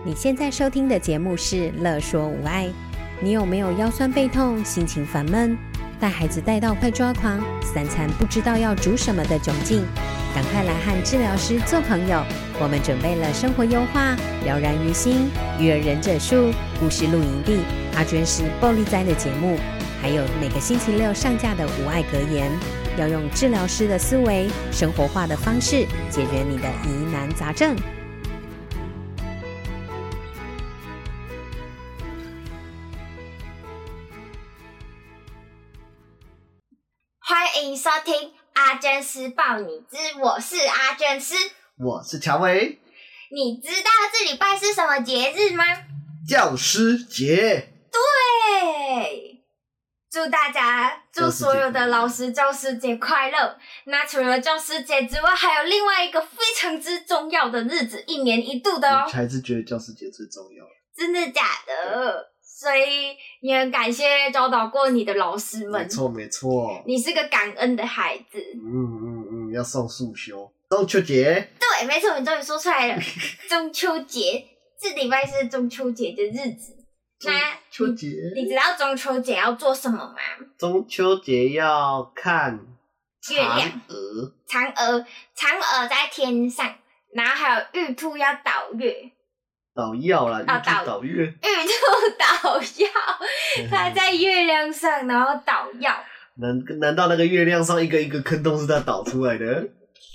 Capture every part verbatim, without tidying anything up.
你现在收听的节目是乐说无爱。你有没有腰酸背痛、心情烦闷、带孩子带到快抓狂、三餐不知道要煮什么的窘境？赶快来和治疗师做朋友，我们准备了生活优化、了然于心、育儿忍者术、故事露营地、阿娟是暴力哉的节目，还有每个星期六上架的无爱格言，要用治疗师的思维、生活化的方式解决你的疑难杂症。 欢迎收听阿娟师报你知，我是阿娟师， 我是乔维。 你知道这礼拜是什么节日吗？ 教师节。 对，祝大家，祝所有的老师教师节快乐。那除了教师节之外，还有另外一个非常之重要的日子，一年一度的哦。 我还是觉得教师节最重要。 真的假的？所以也很感谢教导过你的老师们。 没错没错， 你是个感恩的孩子。 嗯嗯嗯，要送速修。中秋节。 对，没错，你终于说出来了。中秋节，这礼拜是中秋节的日子。那中秋节， 你知道中秋节要做什么吗？ 中秋节要看月亮、 嫦娥。 嫦娥，嫦娥在天上，然后还有玉兔要捣月。 捣药啦，玉兔捣月。 玉兔捣药，它在月亮上，然后捣药。 难难道那个月亮上一个一个坑洞是它捣出来的？对，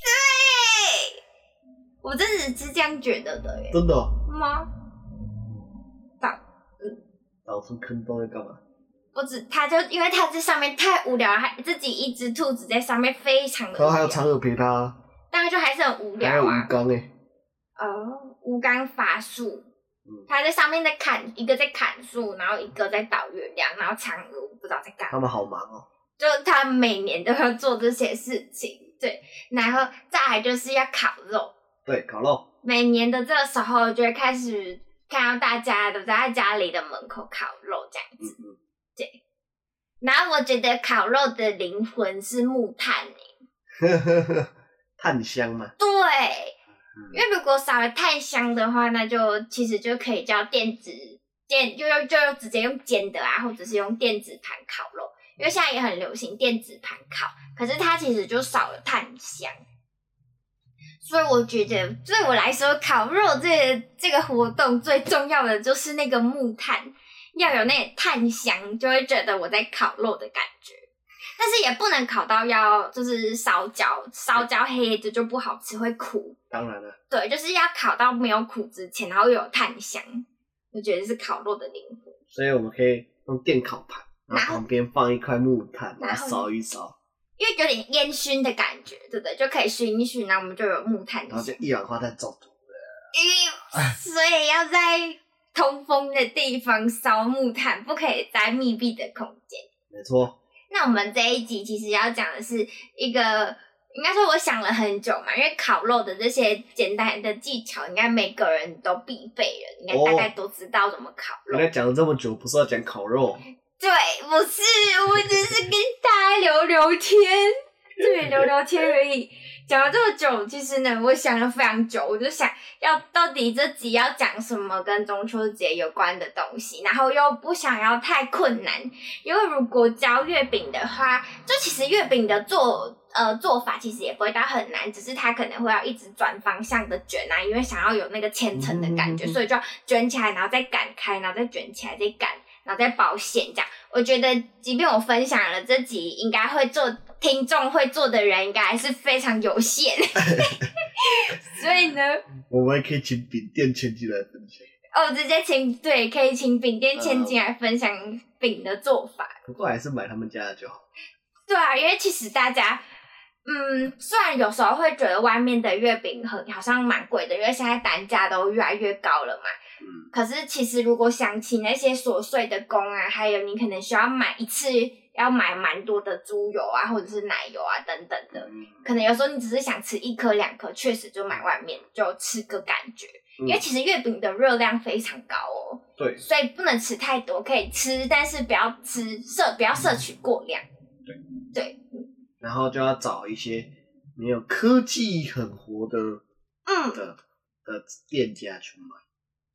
我真的是这样觉得的耶。 真的吗？捣，嗯， 捣出坑洞要干嘛？ 我只，它就因为它这上面太无聊了，还自己一只兔子在上面，非常的无聊。 然后还有嫦娥陪它， 但是就还是很无聊啊。 还有吴刚诶。 哦，吴刚伐树，他在上面在砍，一个在砍树，然后一个在捣月亮，然后嫦娥我不知道在干嘛。 他们好忙哦， 就他每年都要做这些事情，对，然后再来就是要烤肉， 对，烤肉。 每年的这个时候就会开始看到大家都在家里的门口烤肉这样子，嗯嗯对。然后我觉得烤肉的灵魂是木炭诶， 炭香嘛。 对。因为如果少了炭香的话，那就其实就可以叫电子电，就就直接用煎的啊，或者是用电子盘烤肉。因为现在也很流行电子盘烤，可是它其实就少了炭香。所以我觉得对我来说，烤肉这个、这个活动最重要的就是那个木炭，要有那个炭香，就会觉得我在烤肉的感觉。但是也不能烤到要就是烧焦，烧焦黑的就不好吃，会苦。 当然了。对， 就是要烤到没有苦之前，然后又有炭香，我觉得是烤肉的灵魂。 所以我们可以用电烤盘，然后旁边放一块木炭，然后烧一烧， 因为有点烟熏的感觉，对不对？就可以熏一熏，然后我们就有木炭香， 然后就一氧化碳中毒了。 因为所以要在通风的地方烧木炭，不可以在密闭的空间。 没错。 那我们这一集其实要讲的是一个，应该说我想了很久嘛，因为烤肉的这些简单的技巧，应该每个人都必备了，应该大概都知道怎么烤肉。 应该讲了这么久，不是要讲烤肉？ 对，不是，我只是跟大家聊聊天，对，聊聊天而已。讲了这么久，其实呢，我想了非常久，我就想要到底这集要讲什么跟中秋节有关的东西，然后又不想要太困难，因为如果教月饼的话，就其实月饼的做呃做法其实也不会到很难，只是它可能会要一直转方向的卷啊，因为想要有那个千层的感觉，嗯嗯嗯所以就要卷起来，然后再擀开，然后再卷起来，再擀，然后再包馅这样。我觉得，即便我分享了这集，应该会做。听众会做的人应该还是非常有限，所以呢， 我们可以请饼店千金来分享。 哦，直接请对，可以请饼店千金来分享饼的做法。 不过还是买他们家的就好。 对啊，因为其实大家，嗯，虽然有时候会觉得外面的月饼很好像蛮贵的，因为现在单价都越来越高了嘛。嗯。可是其实如果想起那些琐碎的工啊，还有你可能需要买一次。要买蛮多的猪油啊，或者是奶油啊等等的，嗯、可能有时候你只是想吃一颗两颗，确实就买外面就吃个感觉。嗯、因为其实月饼的热量非常高哦， 对， 所以不能吃太多，可以吃，但是不要吃摄，不要摄取过量。 对对， 然后就要找一些没有科技很活的， 嗯的的店家去买。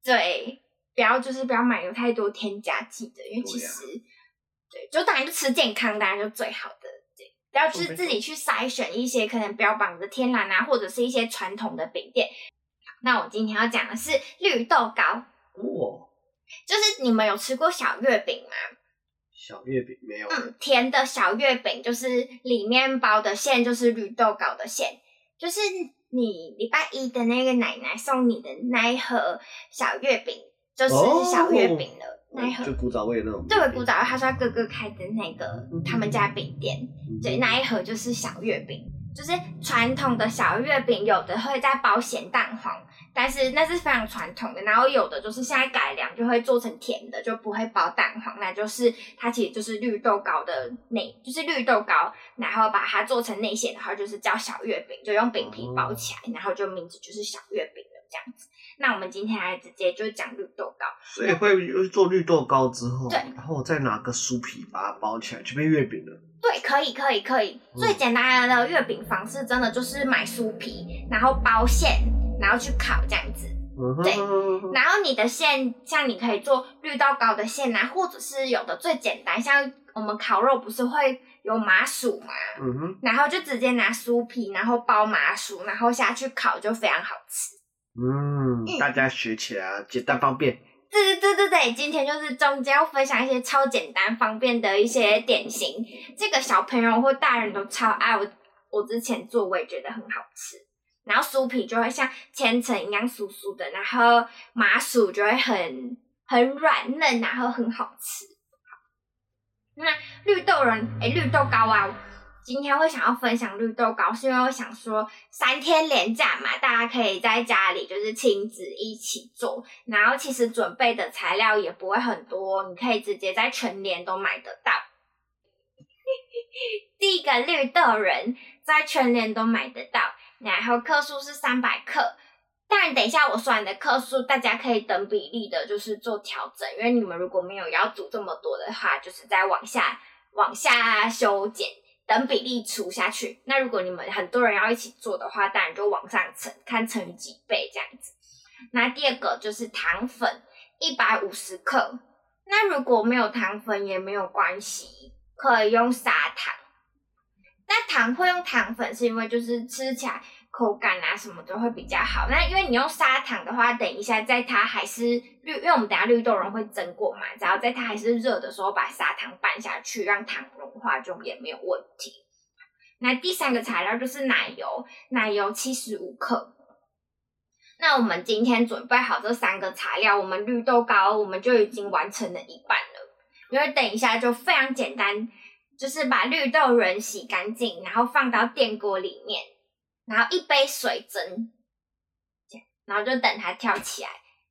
对，不要就是不要买有太多添加剂的，因为其实 对,、啊、对，就当然就吃健康，当然就最好的。对，不要就是自己去筛选一些可能标榜的天然啊，或者是一些传统的饼店。那我今天要讲的是绿豆糕。 哦， 就是你们有吃过小月饼吗？ 小月饼没有。 嗯，甜的小月饼就是里面包的馅就是绿豆糕的馅，就是你礼拜一的那个奶奶送你的那一盒小月饼，就是小月饼了。哦，那一盒就古早味那种。 对，古早味，他说他哥哥开的那个他们家饼店，嗯，对，那一盒就是小月饼。就是传统的小月饼，有的会再包咸蛋黄，但是那是非常传统的。然后有的就是现在改良，就会做成甜的，就不会包蛋黄，那就是它其实就是绿豆糕的内，就是绿豆糕，然后把它做成内馅的话，就是叫小月饼，就用饼皮包起来，然后就名字就是小月饼了这样子。那我们今天来直接就讲绿豆糕， 所以会做绿豆糕之后， 对， 然后再拿个酥皮把它包起来，就变月饼了。 对，可以，可以，可以。嗯，最简单的月饼方式，真的就是买酥皮，然后包馅，然后去烤这样子。嗯，对。然后你的馅，像你可以做绿豆糕的馅啊，或者是有的最简单，像我们烤肉不是会有麻薯嘛？嗯哼。然后就直接拿酥皮，然后包麻薯，然后下去烤，就非常好吃。 嗯，嗯，大家学起来啊，简单方便。 对对对对对，今天就是中间要分享一些超简单方便的一些点心，这个小朋友或大人都超爱。我我之前做我也觉得很好吃，然后酥皮就会像千层一样酥酥的，然后麻薯就会很很软嫩，然后很好吃。好，那绿豆仁诶绿豆糕啊，今天会想要分享绿豆糕，是因为我想说三天连假嘛，大家可以在家里就是亲子一起做，然后其实准备的材料也不会很多，你可以直接在全联都买得到。第一个绿豆仁在全联都买得到，然后克数是三百克。当然等一下我说完的克数大家可以等比例的就是做调整，因为你们如果没有要煮这么多的话，就是再往下往下修剪，等比例除下去。那如果你们很多人要一起做的话，当然就往上乘，看乘以几倍这样子。那第二个就是糖粉一百五十克，那如果没有糖粉也没有关系，可以用砂糖。那糖会用糖粉是因为就是吃起来口感啊什么都会比较好。那因为你用砂糖的话，等一下在它还是绿，因为我们等一下绿豆仁会蒸过嘛，只要在它还是热的时候把砂糖拌下去，让糖融化就也没有问题。那第三个材料就是奶油，奶油七十五克。那我们今天准备好这三个材料，我们绿豆糕我们就已经完成了一半了，因为等一下就非常简单，就是把绿豆仁洗干净，然后放到电锅里面，然后一杯水蒸，然后就等它跳起来。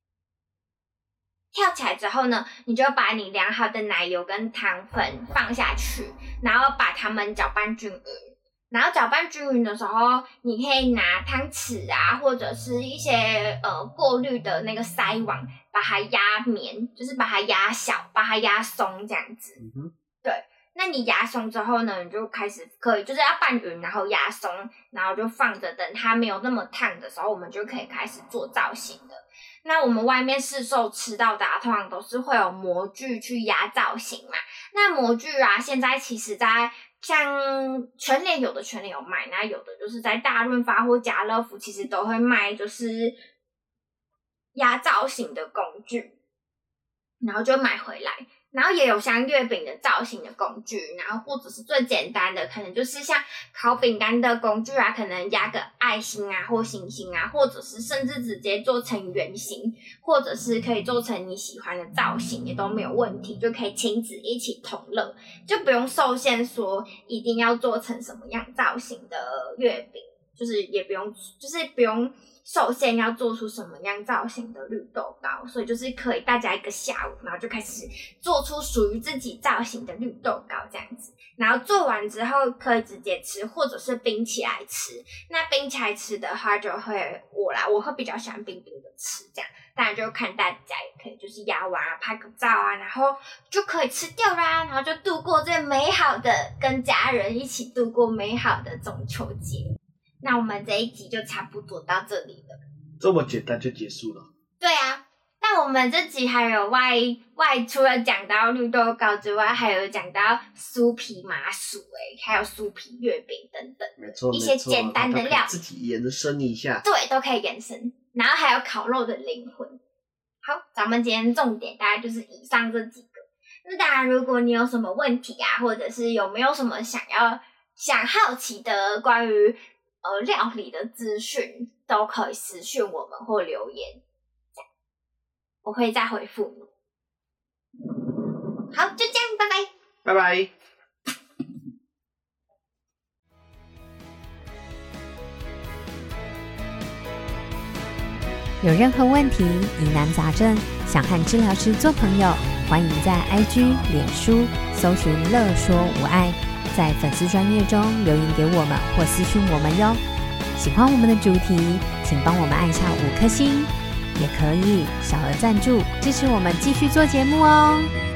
跳起来之后呢，你就把你量好的奶油跟糖粉放下去，然后把它们搅拌均匀。然后搅拌均匀的时候，你可以拿汤匙啊，或者是一些呃过滤的那个筛网，把它压绵，就是把它压小，把它压松这样子。嗯，对。那你压松之后呢，你就开始可以就是要拌匀，然后压松，然后就放着，等它没有那么烫的时候，我们就可以开始做造型了。那我们外面市售吃到的、啊、通常都是会有模具去压造型嘛。那模具啊，现在其实在像全联有的全联有卖，那有的就是在大润发或家乐福其实都会卖，就是压造型的工具，然后就买回来。然后也有像月饼的造型的工具，然后或者是最简单的，可能就是像烤饼干的工具啊，可能压个爱心啊或星星啊，或者是甚至直接做成圆形，或者是可以做成你喜欢的造型，也都没有问题，就可以亲子一起同乐，就不用受限说一定要做成什么样造型的月饼，就是也不用，就是不用受限要做出什么样造型的绿豆糕，所以就是可以大家一个下午，然后就开始做出属于自己造型的绿豆糕这样子。然后做完之后可以直接吃，或者是冰起来吃。那冰起来吃的话，就会我啦，我会比较喜欢冰冰的吃这样。当然就看大家也可以就是压完啊，拍个照啊，然后就可以吃掉啦，然后就度过这美好的跟家人一起度过美好的中秋节。那我们这一集就差不多到这里了， 这么简单就结束了。 对啊，但我们这集还有外外除了讲到绿豆糕之外，还有讲到酥皮麻薯哎，还有酥皮月饼等等， 没错， 一些简单的料， 自己延伸一下， 对，都可以延伸。然后还有烤肉的灵魂。好，咱们今天重点大概就是以上这几个。那当然，如果你有什么问题啊，或者是有没有什么想要想好奇的关于呃料理的资讯，都可以私讯我们或留言。我会再回复你。好，就这样，拜拜， 拜拜。 有任何问题、疑难杂症，想和治疗师做朋友，欢迎在 I G、脸书搜寻“乐说无爱”，在粉丝专页中留言给我们或私讯我们哟。喜欢我们的主题，请帮我们按下五颗星。也可以小额赞助支持我们继续做节目哦。